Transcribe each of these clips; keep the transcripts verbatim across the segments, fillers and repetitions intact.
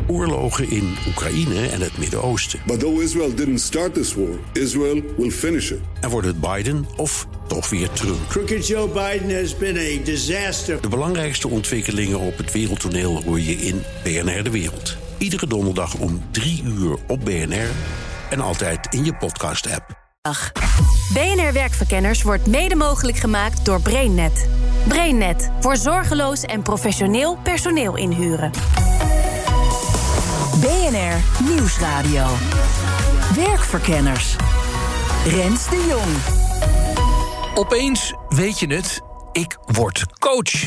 oorlogen in Oekraïne en het Midden-Oosten. But though Israel didn't start this war, Israel will finish it. En wordt het Biden of toch weer Trump? Crooked Joe Biden has been a disaster. De belangrijkste ontwikkelingen op het wereldtoneel hoor je in B N R De Wereld. Iedere donderdag om drie uur op B N R en altijd in je podcast-app. Dag. B N R Werkverkenners wordt mede mogelijk gemaakt door BrainNet. BrainNet, voor zorgeloos en professioneel personeel inhuren. B N R Nieuwsradio. Werkverkenners. Rens de Jong. Opeens weet je het, ik word coach.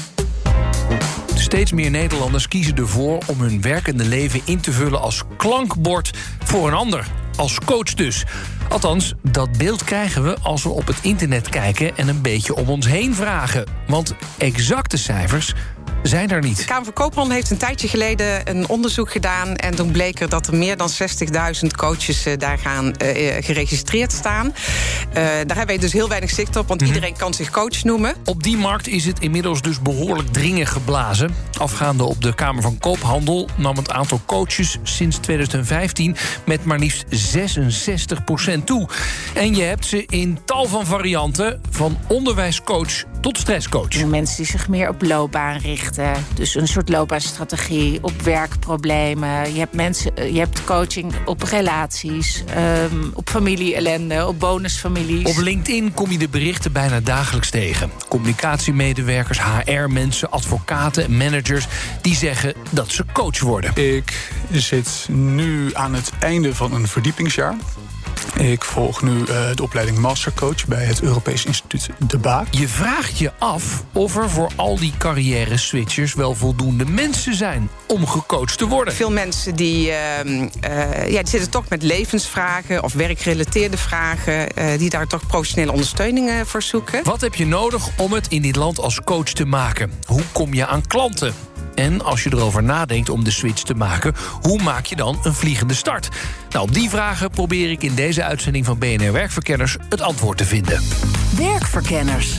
Steeds meer Nederlanders kiezen ervoor om hun werkende leven in te vullen als klankbord voor een ander. Als coach dus. Althans, dat beeld krijgen we als we op het internet kijken en een beetje om ons heen vragen. Want exacte cijfers zijn er niet. De Kamer van Koophandel heeft een tijdje geleden een onderzoek gedaan. En toen bleek er dat er meer dan zestigduizend coaches uh, daar gaan uh, geregistreerd staan. Uh, daar hebben wij dus heel weinig zicht op, want mm-hmm. iedereen kan zich coach noemen. Op die markt is het inmiddels dus behoorlijk dringend geblazen. Afgaande op de Kamer van Koophandel nam het aantal coaches sinds tweeduizend vijftien met maar liefst zesenzestig procent toe. En je hebt ze in tal van varianten, van onderwijscoach tot stresscoach. Mensen die zich meer op loopbaan richten. Dus een soort loopbaanstrategie, op werkproblemen. Je hebt, mensen, je hebt coaching op relaties, um, op familie-ellende, op bonusfamilies. Op LinkedIn kom je de berichten bijna dagelijks tegen. Communicatiemedewerkers, H R-mensen, advocaten en managers die zeggen dat ze coach worden. Ik zit nu aan het einde van een verdiepingsjaar. Ik volg nu uh, de opleiding Mastercoach bij het Europees Instituut De Baak. Je vraagt je af of er voor al die carrière-switchers wel voldoende mensen zijn om gecoacht te worden. Veel mensen die, uh, uh, ja, die zitten toch met levensvragen of werkgerelateerde vragen, uh, die daar toch professionele ondersteuning uh, voor zoeken. Wat heb je nodig om het in dit land als coach te maken? Hoe kom je aan klanten? En als je erover nadenkt om de switch te maken, hoe maak je dan een vliegende start? Nou, op die vragen probeer ik in deze uitzending van B N R Werkverkenners het antwoord te vinden. Werkverkenners.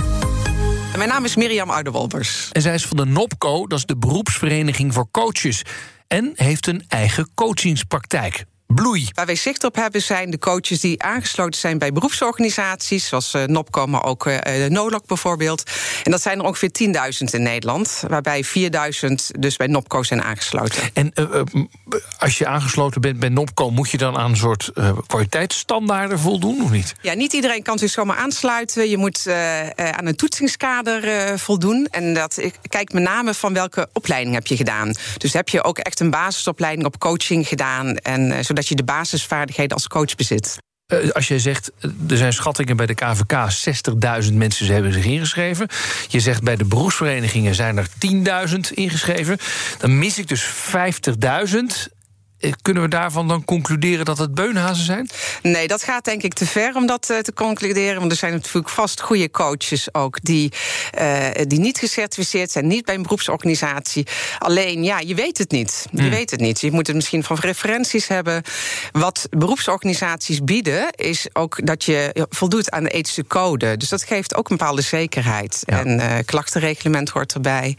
Mijn naam is Mirjam Oude-Wolbers. En zij is van de NOPCO, dat is de beroepsvereniging voor coaches. En heeft een eigen coachingspraktijk. Bloei. Waar wij zicht op hebben zijn de coaches die aangesloten zijn bij beroepsorganisaties, zoals uh, NOPCO, maar ook uh, NOLOC bijvoorbeeld. En dat zijn er ongeveer tienduizend in Nederland, waarbij vierduizend dus bij NOPCO zijn aangesloten. En uh, uh, als je aangesloten bent bij NOPCO, moet je dan aan een soort uh, kwaliteitsstandaarden voldoen, of niet? Ja, niet iedereen kan zich zomaar aansluiten. Je moet uh, uh, aan een toetsingskader uh, voldoen. En dat ik kijk met name van welke opleiding heb je gedaan. Dus heb je ook echt een basisopleiding op coaching gedaan, en uh, zodat dat je de basisvaardigheden als coach bezit. Uh, als jij zegt, er zijn schattingen bij de K V K, zestigduizend mensen hebben zich ingeschreven. Je zegt bij de beroepsverenigingen zijn er tienduizend ingeschreven. Dan mis ik dus vijftigduizend. Kunnen we daarvan dan concluderen dat het beunhazen zijn? Nee, dat gaat denk ik te ver om dat uh, te concluderen. Want er zijn natuurlijk vast goede coaches ook die, uh, die niet gecertificeerd zijn, niet bij een beroepsorganisatie. Alleen, ja, je weet het niet. Je hmm. weet het niet. Je moet het misschien van referenties hebben. Wat beroepsorganisaties bieden, is ook dat je voldoet aan de ethische code. Dus dat geeft ook een bepaalde zekerheid. Ja. En uh, klachtenreglement hoort erbij.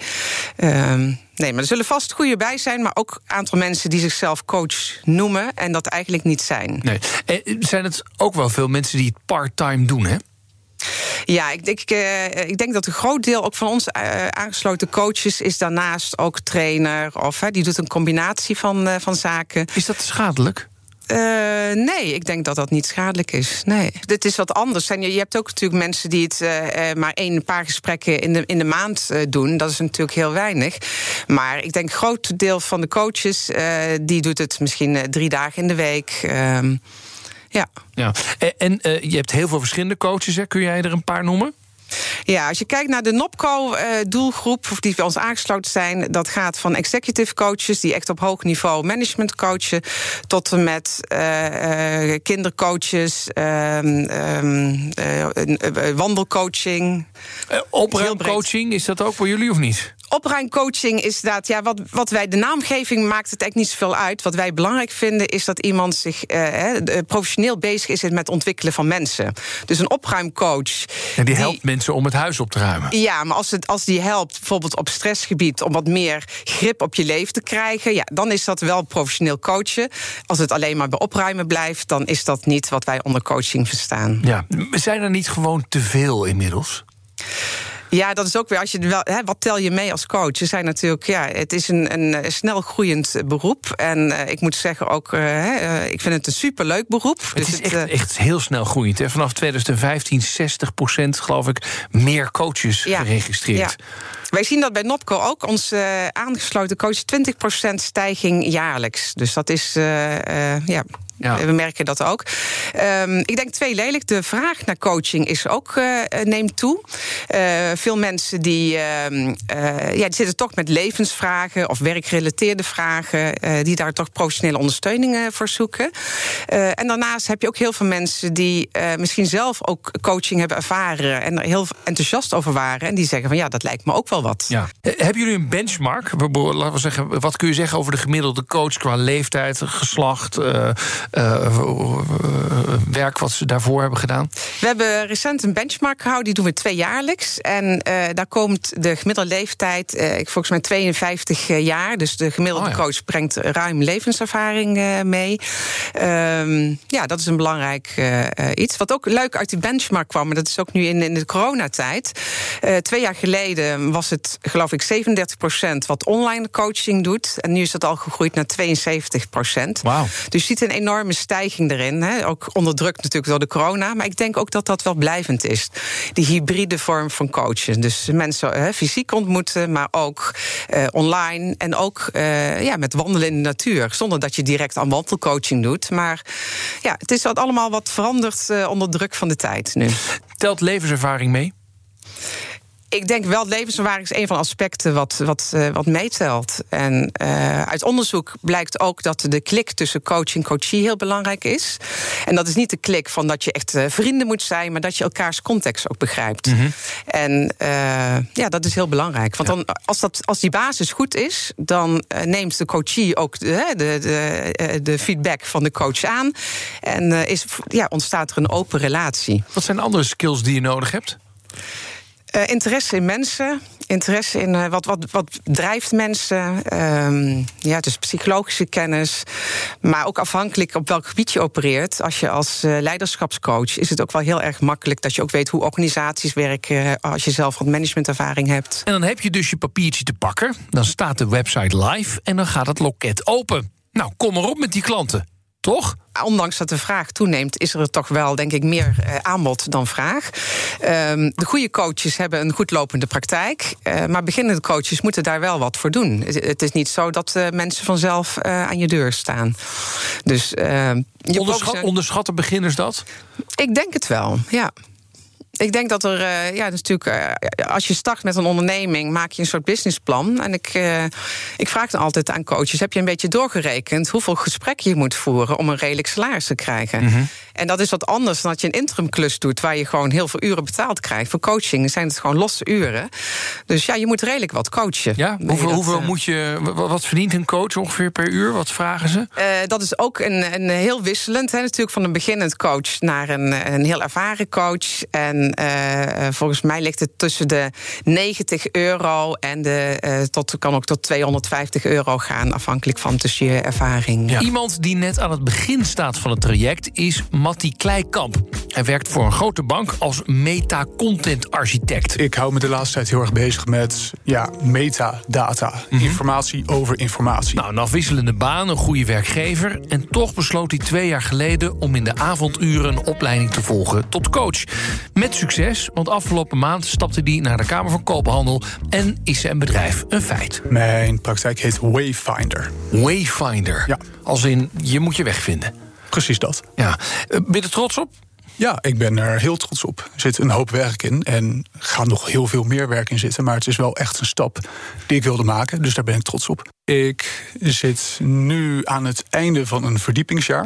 Um, Nee, maar er zullen vast goede bij zijn, maar ook een aantal mensen die zichzelf coach noemen en dat eigenlijk niet zijn. Nee. En zijn het ook wel veel mensen die het part-time doen, hè? Ja, ik denk, uh, ik denk dat een groot deel ook van ons uh, aangesloten coaches is daarnaast ook trainer of uh, die doet een combinatie van, uh, van zaken. Is dat schadelijk? Uh, nee, ik denk dat dat niet schadelijk is. Nee. Dit is wat anders. En je, je hebt ook natuurlijk mensen die het uh, maar één paar gesprekken in de, in de maand uh, doen. Dat is natuurlijk heel weinig. Maar ik denk een groot deel van de coaches uh, die doet het misschien uh, drie dagen in de week. Uh, ja. ja. En, en uh, je hebt heel veel verschillende coaches, hè? Kun jij er een paar noemen? Ja, als je kijkt naar de NOPCO-doelgroep, of die bij ons aangesloten zijn, dat gaat van executive coaches die echt op hoog niveau management coachen, tot en met uh, uh, kindercoaches, uh, um, uh, uh, wandelcoaching. Uh, opruimcoaching, is dat ook voor jullie of niet? Opruimcoaching is dat, ja, wat, wat wij, de naamgeving maakt het eigenlijk niet zoveel uit. Wat wij belangrijk vinden is dat iemand zich uh, professioneel bezig is met het ontwikkelen van mensen. Dus een opruimcoach. En die helpt die, mensen om het huis op te ruimen. Ja, maar als, het, als die helpt, bijvoorbeeld op stressgebied, om wat meer grip op je leven te krijgen, ja, dan is dat wel professioneel coachen. Als het alleen maar bij opruimen blijft, dan is dat niet wat wij onder coaching verstaan. Ja, zijn er niet gewoon te veel inmiddels? Ja, dat is ook weer, als je wel, hè, wat tel je mee als coach? Er zijn natuurlijk, ja, het is een, een snel groeiend beroep. En uh, ik moet zeggen ook, uh, ik vind het een superleuk beroep. Het dus is het, echt, uh, echt heel snel groeiend. Hè? Vanaf twintig vijftien zestig procent, geloof ik, meer coaches ja, geregistreerd. Ja. Wij zien dat bij Nopco ook. Ons uh, aangesloten coach, twintig procent stijging jaarlijks. Dus dat is, uh, uh, ja... Ja. We merken dat ook. Um, ik denk twee lelijk. De vraag naar coaching is ook uh, neemt toe. Uh, veel mensen die, uh, uh, ja, die zitten toch met levensvragen of werkgerelateerde vragen, uh, die daar toch professionele ondersteuning uh, voor zoeken. Uh, en daarnaast heb je ook heel veel mensen die uh, misschien zelf ook coaching hebben ervaren en er heel enthousiast over waren. En die zeggen van ja, dat lijkt me ook wel wat. Ja. Uh, hebben jullie een benchmark? Laten we zeggen, wat kun je zeggen over de gemiddelde coach qua leeftijd, geslacht? Uh, Uh, uh, werk wat ze daarvoor hebben gedaan? We hebben recent een benchmark gehouden, die doen we tweejaarlijks. En uh, daar komt de gemiddelde leeftijd, uh, volgens mij tweeënvijftig jaar. Dus de gemiddelde oh ja. coach brengt ruim levenservaring uh, mee. Um, ja, dat is een belangrijk uh, iets. Wat ook leuk uit die benchmark kwam, maar dat is ook nu in, in de coronatijd. Uh, twee jaar geleden was het, geloof ik, zevenendertig procent wat online coaching doet. En nu is dat al gegroeid naar tweeënzeventig procent. Wow. Dus je ziet een enorme stijging erin. Hè? Ook onderdrukt natuurlijk door de corona. Maar ik denk ook dat dat wel blijvend is. Die hybride vorm van coachen. Dus mensen hè, fysiek ontmoeten, maar ook uh, online. En ook uh, ja, met wandelen in de natuur. Zonder dat je direct aan wandelcoaching doet. Maar ja, het is wat allemaal wat veranderd uh, onder druk van de tijd nu. Telt levenservaring mee? Ik denk wel, levenservaring is een van de aspecten wat, wat, uh, wat meetelt. En uh, uit onderzoek blijkt ook dat de klik tussen coach en coachee heel belangrijk is. En dat is niet de klik van dat je echt uh, vrienden moet zijn, maar dat je elkaars context ook begrijpt. Mm-hmm. En uh, ja, dat is heel belangrijk. Want dan, als, dat, als die basis goed is, dan uh, neemt de coachee ook de, de, de, de feedback van de coach aan. En uh, is, ja, ontstaat er een open relatie. Wat zijn andere skills die je nodig hebt? Uh, interesse in mensen, interesse in uh, wat, wat, wat drijft mensen. Um, ja, dus psychologische kennis. Maar ook afhankelijk op welk gebied je opereert. Als je als uh, leiderschapscoach is het ook wel heel erg makkelijk dat je ook weet hoe organisaties werken, als je zelf wat managementervaring hebt. En dan heb je dus je papiertje te pakken. Dan staat de website live en dan gaat het loket open. Nou, kom maar op met die klanten, toch? Ondanks dat de vraag toeneemt, is er toch wel, denk ik, meer uh, aanbod dan vraag. Um, de goede coaches hebben een goed lopende praktijk. Uh, maar beginnende coaches moeten daar wel wat voor doen. Het, het is niet zo dat uh, mensen vanzelf uh, aan je deur staan. Dus, uh, je Onderschat, ze... Onderschatten beginners dat? Ik denk het wel, ja. Ik denk dat er, uh, ja, natuurlijk, uh, als je start met een onderneming, maak je een soort businessplan. En ik, uh, ik vraag dan altijd aan coaches: heb je een beetje doorgerekend hoeveel gesprekken je moet voeren om een redelijk salaris te krijgen? Mm-hmm. En dat is wat anders dan dat je een interimklus doet, waar je gewoon heel veel uren betaald krijgt. Voor coaching zijn het gewoon losse uren. Dus ja, je moet redelijk wat coachen. Ja, hoeveel, dat, hoeveel uh, moet je, wat verdient een coach ongeveer per uur? Wat vragen ze? Uh, dat is ook een, een heel wisselend, hè, natuurlijk, van een beginnend coach naar een, een heel ervaren coach. En uh, volgens mij ligt het tussen de negentig euro en de uh, tot kan ook tot tweehonderdvijftig euro gaan, afhankelijk van tussen je ervaring. Ja. Iemand die net aan het begin staat van het traject is Matti Kleikamp. Hij werkt voor een grote bank als meta-content-architect. Ik hou me de laatste tijd heel erg bezig met ja, metadata. Mm-hmm. Informatie over informatie. Nou, een afwisselende baan, een goede werkgever. En toch besloot hij twee jaar geleden om in de avonduren een opleiding te volgen tot coach. Met succes, want afgelopen maand stapte hij naar de Kamer van Koophandel en is zijn bedrijf een feit. Mijn praktijk heet Wayfinder. Wayfinder? Ja. Als in, je moet je weg vinden. Precies dat. Ja. Ben je er trots op? Ja, ik ben er heel trots op. Er zit een hoop werk in en er gaat nog heel veel meer werk in zitten. Maar het is wel echt een stap die ik wilde maken, dus daar ben ik trots op. Ik zit nu aan het einde van een verdiepingsjaar.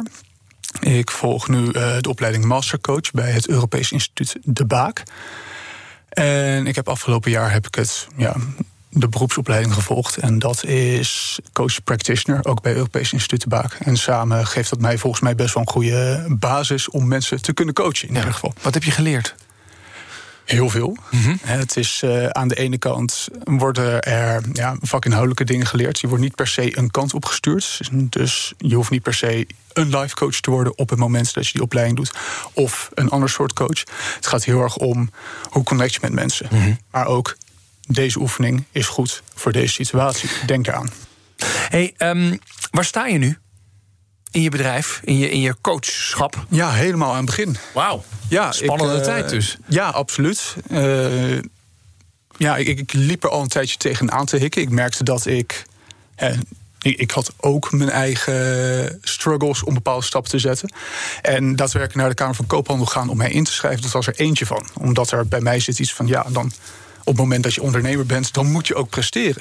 Ik volg nu uh, de opleiding Mastercoach bij het Europees Instituut De Baak. En ik heb afgelopen jaar heb ik het ja, de beroepsopleiding gevolgd. En dat is coach practitioner, ook bij Europees Instituut de Baak. En samen geeft dat mij volgens mij best wel een goede basis om mensen te kunnen coachen in ja. ieder geval. Wat heb je geleerd? Heel veel. Mm-hmm. Het is uh, aan de ene kant worden er ja, vakinhoudelijke dingen geleerd. Je wordt niet per se een kant op gestuurd. Dus je hoeft niet per se een life coach te worden op het moment dat je die opleiding doet. Of een ander soort coach. Het gaat heel erg om hoe connect je met mensen. Mm-hmm. Maar ook deze oefening is goed voor deze situatie. Denk daaraan. Hey, um, waar sta je nu? In je bedrijf, in je, in je coachschap? Ja, helemaal aan het begin. Wauw, ja, spannende ik, uh, tijd dus. Ja, absoluut. Uh, ja, ik, ik liep er al een tijdje tegenaan te hikken. Ik merkte dat ik... Uh, ik had ook mijn eigen struggles om bepaalde stappen te zetten. En daadwerkelijk naar de Kamer van Koophandel gaan om mij in te schrijven, dat was er eentje van. Omdat er bij mij zit iets van, ja, dan op het moment dat je ondernemer bent, dan moet je ook presteren.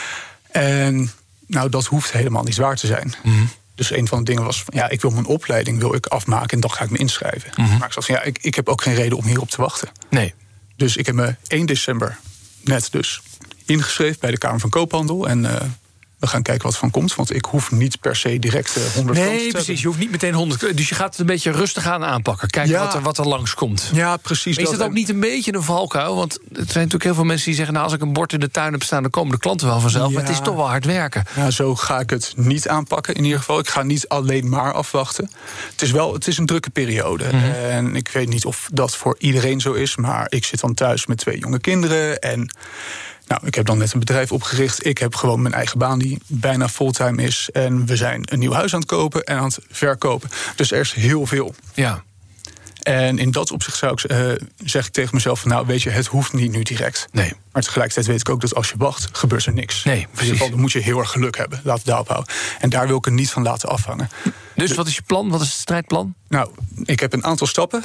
En nou, dat hoeft helemaal niet waar te zijn. Mm-hmm. Dus een van de dingen was van, ja, ik wil mijn opleiding wil ik afmaken en dan ga ik me inschrijven. Mm-hmm. Maar ik zat van, ja, ik, ik heb ook geen reden om hierop te wachten. Nee. Dus ik heb me één december net dus ingeschreven bij de Kamer van Koophandel. En uh, we gaan kijken wat van komt. Want ik hoef niet per se direct uh, honderd nee, klanten te precies. hebben. Je hoeft niet meteen honderd. Dus je gaat het een beetje rustig aan aanpakken. Kijken Ja. wat, er, wat er langskomt. Ja, precies. Maar is dat ook niet een beetje een valkuil? Want er zijn natuurlijk heel veel mensen die zeggen, nou, als ik een bord in de tuin heb staan, dan komen de klanten wel vanzelf. Ja. Maar het is toch wel hard werken. Ja, zo ga ik het niet aanpakken in ieder geval. Ik ga niet alleen maar afwachten. Het is wel, het is een drukke periode. Mm-hmm. En ik weet niet of dat voor iedereen zo is. Maar ik zit dan thuis met twee jonge kinderen. En nou, ik heb dan net een bedrijf opgericht. Ik heb gewoon mijn eigen baan die bijna fulltime is. En we zijn een nieuw huis aan het kopen en aan het verkopen. Dus er is heel veel. Ja. En in dat opzicht zou ik, uh, zeg ik tegen mezelf van, nou, weet je, het hoeft niet nu direct. Nee. Maar tegelijkertijd weet ik ook dat als je wacht, gebeurt er niks. Nee, in ieder precies. geval, dan moet je heel erg geluk hebben. Laat het daarop houden. En daar wil ik het niet van laten afhangen. Dus wat is je plan? Wat is het strijdplan? Nou, ik heb een aantal stappen.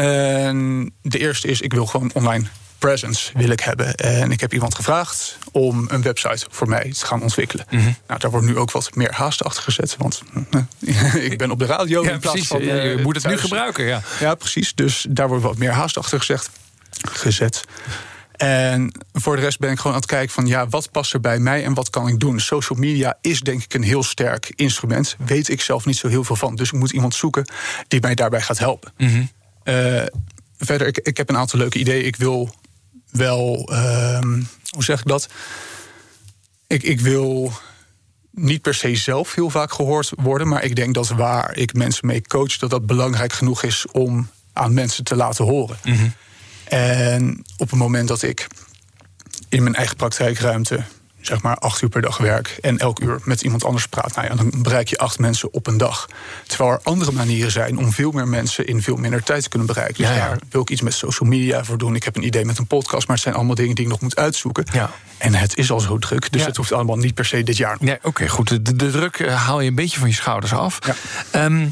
En de eerste is, ik wil gewoon online presence wil ik hebben. En ik heb iemand gevraagd om een website voor mij te gaan ontwikkelen. Mm-hmm. Nou, daar wordt nu ook wat meer haast achter gezet. Want ik ben op de radio ja, in plaats precies. van... Ja, je uh, moet het thuis. nu gebruiken, ja. Ja, precies. Dus daar wordt wat meer haast achter gezegd, gezet. En voor de rest ben ik gewoon aan het kijken van, ja, wat past er bij mij en wat kan ik doen? Social media is denk ik een heel sterk instrument. Weet ik zelf niet zo heel veel van. Dus ik moet iemand zoeken die mij daarbij gaat helpen. Mm-hmm. Uh, verder, ik, ik heb een aantal leuke ideeën. Ik wil wel, uh, hoe zeg ik dat? Ik, ik wil niet per se zelf heel vaak gehoord worden, maar ik denk dat waar ik mensen mee coach, dat dat belangrijk genoeg is om aan mensen te laten horen. Mm-hmm. En op het moment dat ik in mijn eigen praktijkruimte zeg maar acht uur per dag werk en elk uur met iemand anders praat, nou ja, dan bereik je acht mensen op een dag. Terwijl er andere manieren zijn om veel meer mensen in veel minder tijd te kunnen bereiken. Dus ja, ja. daar wil ik iets met social media voor doen. Ik heb een idee met een podcast, maar het zijn allemaal dingen die ik nog moet uitzoeken. Ja. En het is al zo druk, dus ja. het hoeft allemaal niet per se dit jaar nog. Nee, oké, okay, goed. De, de druk uh, haal je een beetje van je schouders af. Ja. Um,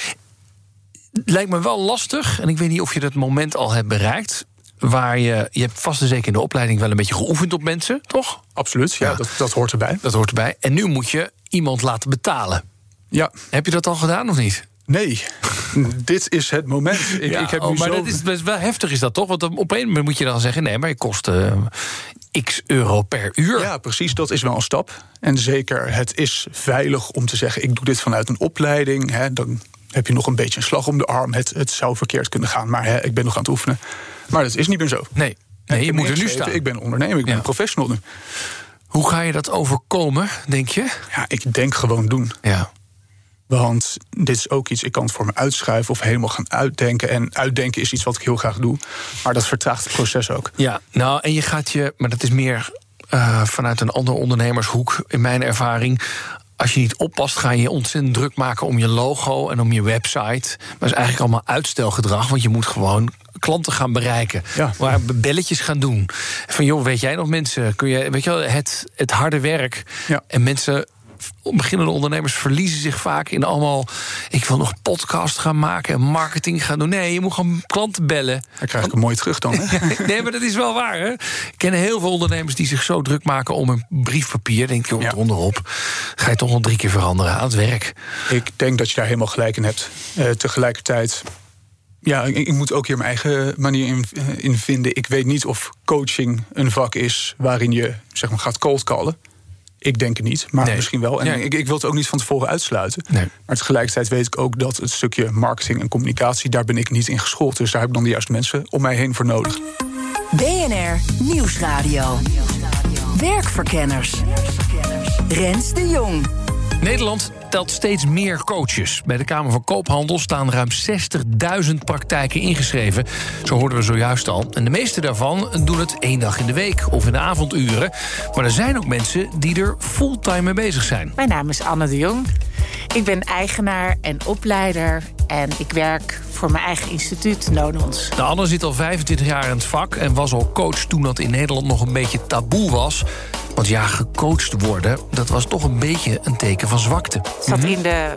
lijkt me wel lastig, en ik weet niet of je dat moment al hebt bereikt, waar je, je hebt vast en zeker in de opleiding wel een beetje geoefend op mensen, toch? Absoluut, ja, ja. Dat, dat hoort erbij. Dat hoort erbij. En nu moet je iemand laten betalen. Ja. Heb je dat al gedaan of niet? Nee, dit is het moment. Ik, ja, ik heb oh, nu maar zo... dat is best wel heftig, is dat toch? Want op een moment moet je dan zeggen, nee, maar je kost uh, x euro per uur. Ja, precies, dat is wel een stap. En zeker, het is veilig om te zeggen, ik doe dit vanuit een opleiding. Hè, dan heb je nog een beetje een slag om de arm. Het, het zou verkeerd kunnen gaan, maar hè, ik ben nog aan het oefenen. Maar dat is niet meer zo. Nee, nee je moet er nu staan. Ik ben ondernemer, ik ben ja. een professional nu. Hoe ga je dat overkomen, denk je? Ja, ik denk gewoon doen. Ja. Want dit is ook iets, ik kan het voor me uitschuiven of helemaal gaan uitdenken. En uitdenken is iets wat ik heel graag doe. Maar dat vertraagt het proces ook. Ja, nou, en je gaat je, maar dat is meer uh, vanuit een andere ondernemershoek, in mijn ervaring. Als je niet oppast, ga je je ontzettend druk maken om je logo en om je website. Maar dat is eigenlijk allemaal uitstelgedrag, want je moet gewoon klanten gaan bereiken. Ja. Maar belletjes gaan doen. Van joh, weet jij nog mensen? Kun je, weet je wel, het, het harde werk. Ja. En mensen, beginnende ondernemers verliezen zich vaak in allemaal, ik wil nog podcast gaan maken en marketing gaan doen. Nee, je moet gewoon klanten bellen. Dan krijg ik hem mooi terug dan. Hè? Nee, maar dat is wel waar. Hè? Ik ken heel veel ondernemers die zich zo druk maken om een briefpapier. Denk je, ja. onderop, ga je toch nog drie keer veranderen aan het werk. Ik denk dat je daar helemaal gelijk in hebt. Uh, tegelijkertijd Ja, ik, ik moet ook hier mijn eigen manier in, in vinden. Ik weet niet of coaching een vak is waarin je zeg maar, gaat cold callen. Ik denk het niet, maar nee. misschien wel. En nee. ik, ik wil het ook niet van tevoren uitsluiten. Nee. Maar tegelijkertijd weet ik ook dat het stukje marketing en communicatie, daar ben ik niet in geschoold. Dus daar heb ik dan de juiste mensen om mij heen voor nodig. B N R Nieuwsradio. Werkverkenners. Rens de Jong. Nederland telt steeds meer coaches. Bij de Kamer van Koophandel staan ruim zestigduizend praktijken ingeschreven. Zo hoorden we zojuist al. En de meeste daarvan doen het één dag in de week of in de avonduren. Maar er zijn ook mensen die er fulltime mee bezig zijn. Mijn naam is Anne de Jong. Ik ben eigenaar en opleider en ik werk voor mijn eigen instituut, Lonons. Nou, Anne zit al vijfentwintig jaar in het vak en was al coach toen dat in Nederland nog een beetje taboe was. Want ja, gecoacht worden, dat was toch een beetje een teken van zwakte. Het zat in de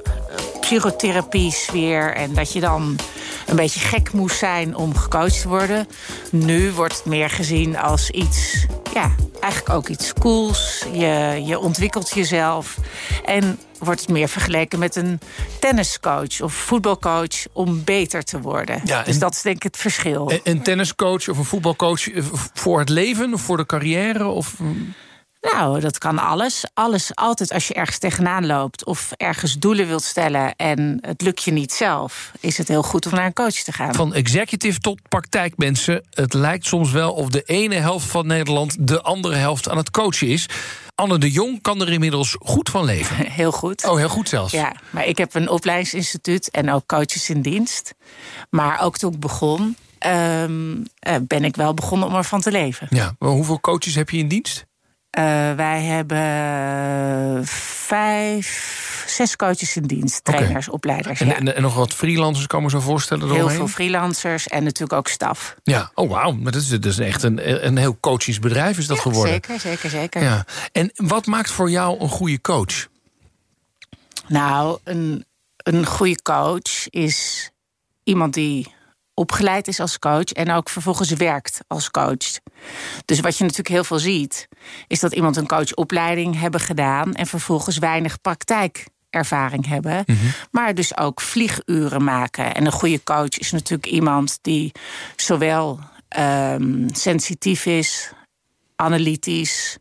psychotherapie-sfeer en dat je dan een beetje gek moest zijn om gecoacht te worden. Nu wordt het meer gezien als iets, ja, eigenlijk ook iets cools. Je, je ontwikkelt jezelf en wordt het meer vergeleken met een tenniscoach of voetbalcoach om beter te worden. Ja, dus dat is denk ik het verschil. Een, een tenniscoach of een voetbalcoach voor het leven of voor de carrière? Of... Nou, dat kan alles. Alles, altijd als je ergens tegenaan loopt of ergens doelen wilt stellen en het lukt je niet zelf, is het heel goed om naar een coach te gaan. Van executive tot praktijkmensen. Het lijkt soms wel of de ene helft van Nederland de andere helft aan het coachen is. Anne de Jong kan er inmiddels goed van leven. Heel goed. Oh, heel goed zelfs. Ja, maar ik heb een opleidingsinstituut en ook coaches in dienst. Maar ook toen ik begon, um, ben ik wel begonnen om ervan te leven. Ja, maar hoeveel coaches heb je in dienst? Uh, wij hebben vijf, zes coaches in dienst. Trainers, okay. opleiders. En, ja. en, en nog wat freelancers, kan me zo voorstellen? Heel doorheen? veel freelancers en natuurlijk ook staf. Ja, oh wauw. Maar dat is, dat is echt een, een heel coachingsbedrijf is dat ja, geworden. Zeker, zeker, zeker. Ja. En wat maakt voor jou een goede coach? Nou, een, een goede coach is iemand die opgeleid is als coach en ook vervolgens werkt als coach. Dus wat je natuurlijk heel veel ziet, is dat iemand een coachopleiding hebben gedaan en vervolgens weinig praktijkervaring hebben, mm-hmm. maar dus ook vlieguren maken. En een goede coach is natuurlijk iemand die zowel um, sensitief is, analytisch,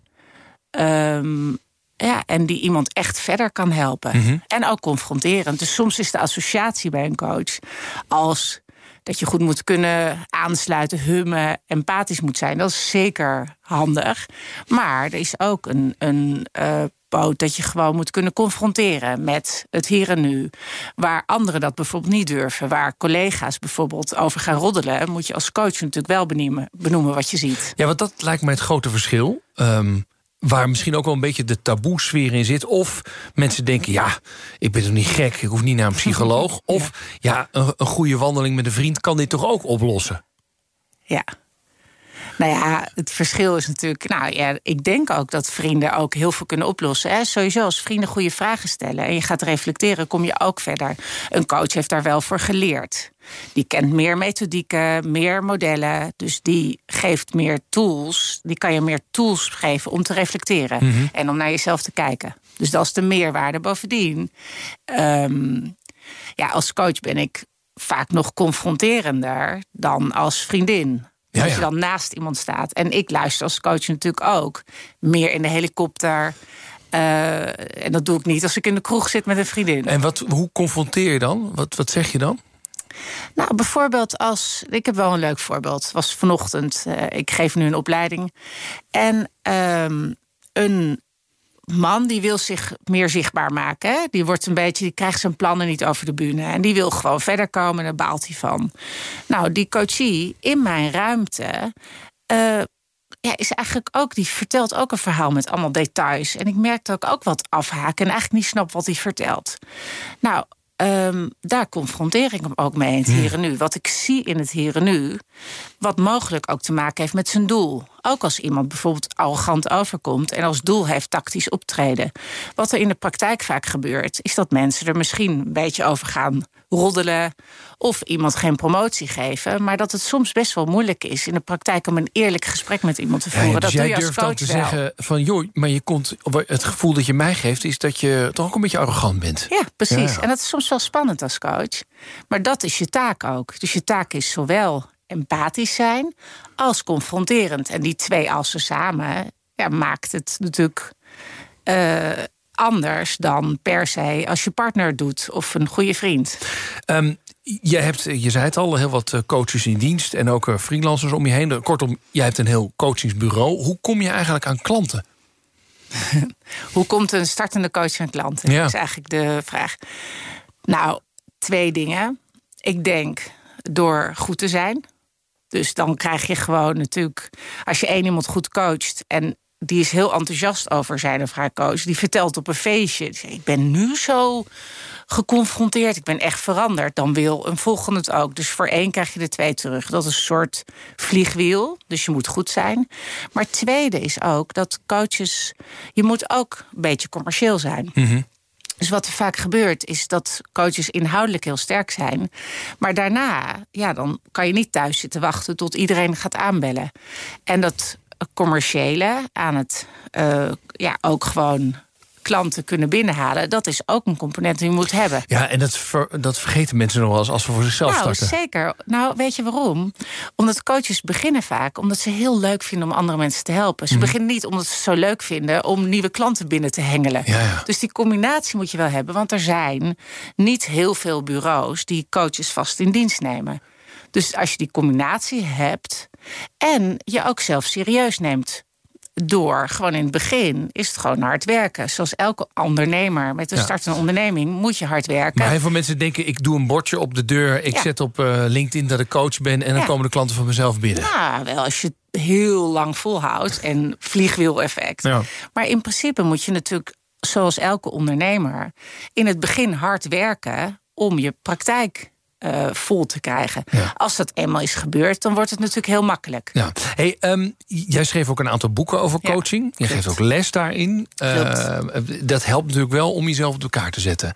um, ja, en die iemand echt verder kan helpen. Mm-hmm. En ook confronterend. Dus soms is de associatie bij een coach als dat je goed moet kunnen aansluiten, hummen, empathisch moet zijn. Dat is zeker handig. Maar er is ook een, een uh, poot dat je gewoon moet kunnen confronteren met het hier en nu. Waar anderen dat bijvoorbeeld niet durven. Waar collega's bijvoorbeeld over gaan roddelen, moet je als coach natuurlijk wel benoemen, benoemen wat je ziet. Ja, want dat lijkt mij het grote verschil. Um... Waar misschien ook wel een beetje de taboe-sfeer in zit. Of mensen denken, ja, ik ben toch niet gek, ik hoef niet naar een psycholoog. Of, ja, ja een, een goede wandeling met een vriend kan dit toch ook oplossen? Ja. Nou ja, het verschil is natuurlijk, nou ja, ik denk ook dat vrienden ook heel veel kunnen oplossen. Hè. Sowieso, als vrienden goede vragen stellen en je gaat reflecteren, kom je ook verder. Een coach heeft daar wel voor geleerd. Die kent meer methodieken, meer modellen. Dus die geeft meer tools. Die kan je meer tools geven om te reflecteren. Mm-hmm. En om naar jezelf te kijken. Dus dat is de meerwaarde. Bovendien, um, ja, als coach ben ik vaak nog confronterender dan als vriendin. Ja, als je dan naast iemand staat. En ik luister als coach natuurlijk ook meer in de helikopter. Uh, en dat doe ik niet als ik in de kroeg zit met een vriendin. En wat, hoe confronteer je dan? Wat, wat zeg je dan? Nou, bijvoorbeeld als... Ik heb wel een leuk voorbeeld. Het was vanochtend. Uh, ik geef nu een opleiding. En um, een man die wil zich meer zichtbaar maken. Hè? Die wordt een beetje, die krijgt zijn plannen niet over de bühne. En die wil gewoon verder komen en daar baalt hij van. Nou, die coachie in mijn ruimte Uh, ja, is eigenlijk ook, die vertelt ook een verhaal met allemaal details. En ik merkte ook, ook wat afhaken en eigenlijk niet snap wat hij vertelt. Nou, Um, daar confronteer ik hem ook mee in het hier en nu. Wat ik zie in het hier en nu, wat mogelijk ook te maken heeft met zijn doel. Ook als iemand bijvoorbeeld arrogant overkomt en als doel heeft tactisch optreden. Wat er in de praktijk vaak gebeurt, is dat mensen er misschien een beetje over gaan roddelen of iemand geen promotie geven, maar dat het soms best wel moeilijk is in de praktijk om een eerlijk gesprek met iemand te voeren. Ja, ja, dus dat jij doe je durft als dan coach te wel. zeggen van joh, maar je komt, het gevoel dat je mij geeft is dat je toch ook een beetje arrogant bent. Ja, precies. Ja, ja. En dat is soms wel spannend als coach. Maar dat is je taak ook. Dus je taak is zowel empathisch zijn als confronterend. En die twee assen samen ja, maakt het natuurlijk uh, anders dan per se als je partner het doet of een goede vriend. Um, je hebt, je zei het al, heel wat coaches in dienst en ook freelancers om je heen. Kortom, jij hebt een heel coachingsbureau. Hoe kom je eigenlijk aan klanten? Hoe komt een startende coach aan klanten? Ja. Dat is eigenlijk de vraag. Nou, twee dingen. Ik denk door goed te zijn. Dus dan krijg je gewoon natuurlijk, als je één iemand goed coacht en die is heel enthousiast over zijn of haar coach, die vertelt op een feestje, ik ben nu zo geconfronteerd, ik ben echt veranderd, dan wil een volgende het ook. Dus voor één krijg je er twee terug. Dat is een soort vliegwiel, dus je moet goed zijn. Maar het tweede is ook dat coaches, je moet ook een beetje commercieel zijn. Mm-hmm. Dus wat er vaak gebeurt is dat coaches inhoudelijk heel sterk zijn. Maar daarna, ja, dan kan je niet thuis zitten wachten tot iedereen gaat aanbellen. En dat commerciële aan het uh, ja, ook gewoon klanten kunnen binnenhalen, dat is ook een component die je moet hebben. Ja, en dat, ver, dat vergeten mensen nog wel eens als we voor zichzelf nou, starten. Zeker. Nou, weet je waarom? Omdat coaches beginnen vaak omdat ze heel leuk vinden om andere mensen te helpen. Ze mm. beginnen niet omdat ze het zo leuk vinden om nieuwe klanten binnen te hengelen. Ja, ja. Dus die combinatie moet je wel hebben, want er zijn niet heel veel bureaus die coaches vast in dienst nemen. Dus als je die combinatie hebt en je ook zelf serieus neemt, door gewoon in het begin is het gewoon hard werken. Zoals elke ondernemer met een ja. startende onderneming moet je hard werken. Maar heel veel mensen denken, ik doe een bordje op de deur, ik ja. zet op uh, LinkedIn dat ik coach ben en dan ja. komen de klanten van mezelf binnen. Nou, wel als je het heel lang volhoudt en vliegwiel-effect. Ja. Maar in principe moet je natuurlijk, zoals elke ondernemer, in het begin hard werken om je praktijk Uh, vol te krijgen. Ja. Als dat eenmaal is gebeurd, dan wordt het natuurlijk heel makkelijk. Ja. Hey, um, jij schreef ook een aantal boeken over coaching. Ja, je geeft ook les daarin. Uh, dat helpt natuurlijk wel om jezelf op de kaart te zetten.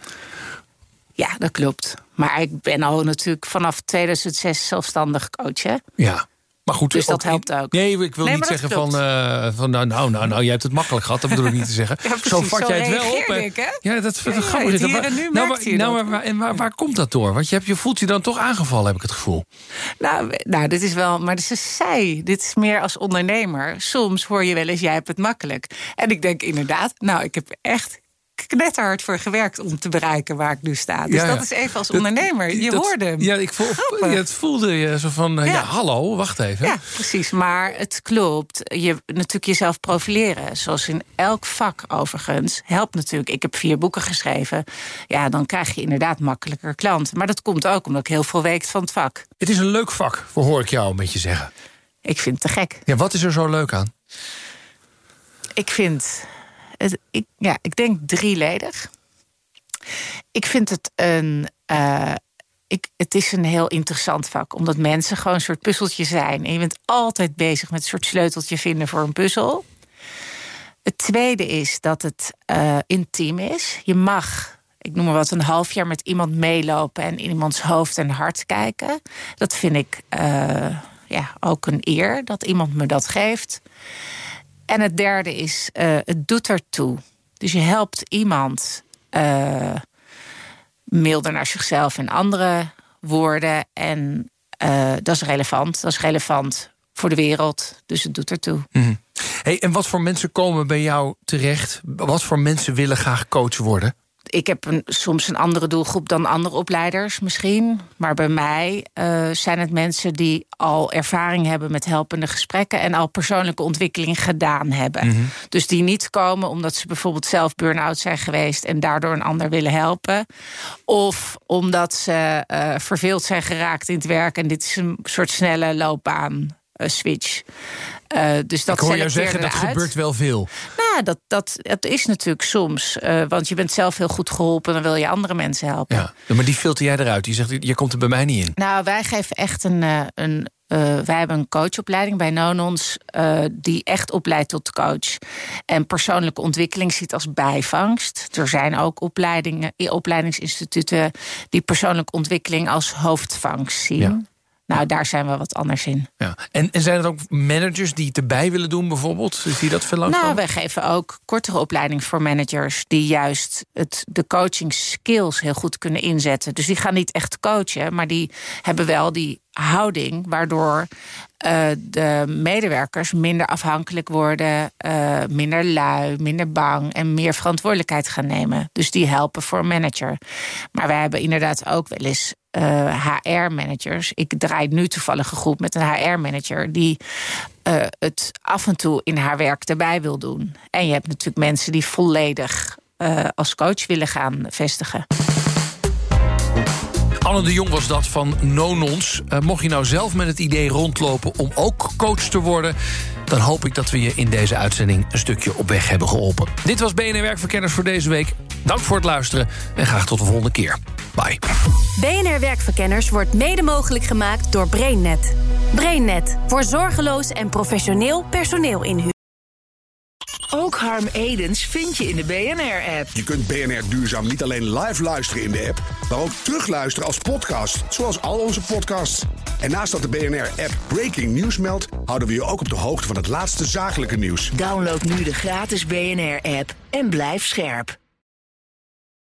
Ja, dat klopt. Maar ik ben al natuurlijk vanaf tweeduizend zes zelfstandig coach, hè? Ja. Maar goed, dus dat helpt ook. Nee, ik wil nee, niet zeggen van, uh, van nou, nou, nou, nou, jij hebt het makkelijk gehad. Dat bedoel ik niet te zeggen. Ja, precies, zo vat zo jij het wel op. Ik, hè? Ja, dat vind ik ja, grappig. Ja, waar, nu nou, maar, nou, maar, waar, en waar, waar komt dat door? Want je, hebt, je voelt je dan toch aangevallen, heb ik het gevoel. Nou, nou, dit is wel, maar dit is zij. Dit is meer als ondernemer. Soms hoor je wel eens, jij hebt het makkelijk. En ik denk inderdaad, nou, ik heb echt knetterhard voor gewerkt om te bereiken waar ik nu sta. Dus ja, ja. dat is even als dat, ondernemer. Je dat, hoorde hem. Ja, ik voel, ja, het voelde je zo van, uh, ja. ja, hallo, wacht even. Ja, precies. Maar het klopt. Je natuurlijk jezelf profileren. Zoals in elk vak overigens. Helpt natuurlijk. Ik heb vier boeken geschreven. Ja, dan krijg je inderdaad makkelijker klanten. Maar dat komt ook omdat ik heel veel weet van het vak. Het is een leuk vak, hoor ik jou een beetje zeggen. Ik vind het te gek. Ja, wat is er zo leuk aan? Ik vind... Het, ik, ja, ik denk drieledig. Ik vind het een... Uh, ik, het is een heel interessant vak. Omdat mensen gewoon een soort puzzeltje zijn. En je bent altijd bezig met een soort sleuteltje vinden voor een puzzel. Het tweede is dat het uh, intiem is. Je mag, ik noem maar wat, een half jaar met iemand meelopen en in iemands hoofd en hart kijken. Dat vind ik uh, ja, ook een eer dat iemand me dat geeft. En het derde is, uh, het doet ertoe. Dus je helpt iemand uh, milder naar zichzelf en andere woorden. En uh, dat is relevant. Dat is relevant voor de wereld. Dus het doet ertoe. Mm-hmm. Hey, en wat voor mensen komen bij jou terecht? Wat voor mensen willen graag coach worden? Ik heb een, soms een andere doelgroep dan andere opleiders misschien. Maar bij mij uh, zijn het mensen die al ervaring hebben met helpende gesprekken en al persoonlijke ontwikkeling gedaan hebben. Mm-hmm. Dus die niet komen omdat ze bijvoorbeeld zelf burn-out zijn geweest en daardoor een ander willen helpen. Of omdat ze uh, verveeld zijn geraakt in het werk en dit is een soort snelle loopbaan. Uh, switch. Uh, dus dat ik hoor jou zeggen, dat uit. Gebeurt wel veel. Nou, dat, dat, dat is natuurlijk soms. Uh, want je bent zelf heel goed geholpen en dan wil je andere mensen helpen. Ja, maar die filter jij eruit. Die zegt, je komt er bij mij niet in. Nou, wij geven echt een, uh, een Uh, wij hebben een coachopleiding bij Nonons uh, die echt opleidt tot coach. En persoonlijke ontwikkeling ziet als bijvangst. Er zijn ook opleidingen, opleidingsinstituten die persoonlijke ontwikkeling als hoofdvangst zien. Ja. Nou, daar zijn we wat anders in. Ja. En, en zijn er ook managers die het erbij willen doen bijvoorbeeld? Zie je dat veel langs? Nou, wij geven ook kortere opleiding voor managers die juist het, de coaching skills heel goed kunnen inzetten. Dus die gaan niet echt coachen, maar die hebben wel die houding waardoor uh, de medewerkers minder afhankelijk worden, uh, minder lui, minder bang en meer verantwoordelijkheid gaan nemen. Dus die helpen voor een manager. Maar wij hebben inderdaad ook wel eens Uh, H R-managers. Ik draai nu toevallig een groep met een H R-manager die uh, het af en toe in haar werk erbij wil doen. En je hebt natuurlijk mensen die volledig uh, als coach willen gaan vestigen. Anne de Jong was dat van Nonons. Uh, mocht je nou zelf met het idee rondlopen om ook coach te worden, dan hoop ik dat we je in deze uitzending een stukje op weg hebben geholpen. Dit was B N R Werkverkenners voor deze week. Dank voor het luisteren en graag tot de volgende keer. Bye. B N R Werkverkenners wordt mede mogelijk gemaakt door BrainNet. BrainNet, voor zorgeloos en professioneel personeel inhuren. Ook Harm Edens vind je in de B N R-app. Je kunt B N R Duurzaam niet alleen live luisteren in de app, maar ook terugluisteren als podcast, zoals al onze podcasts. En naast dat de B N R-app Breaking News meldt, houden we je ook op de hoogte van het laatste zakelijke nieuws. Download nu de gratis B N R-app en blijf scherp.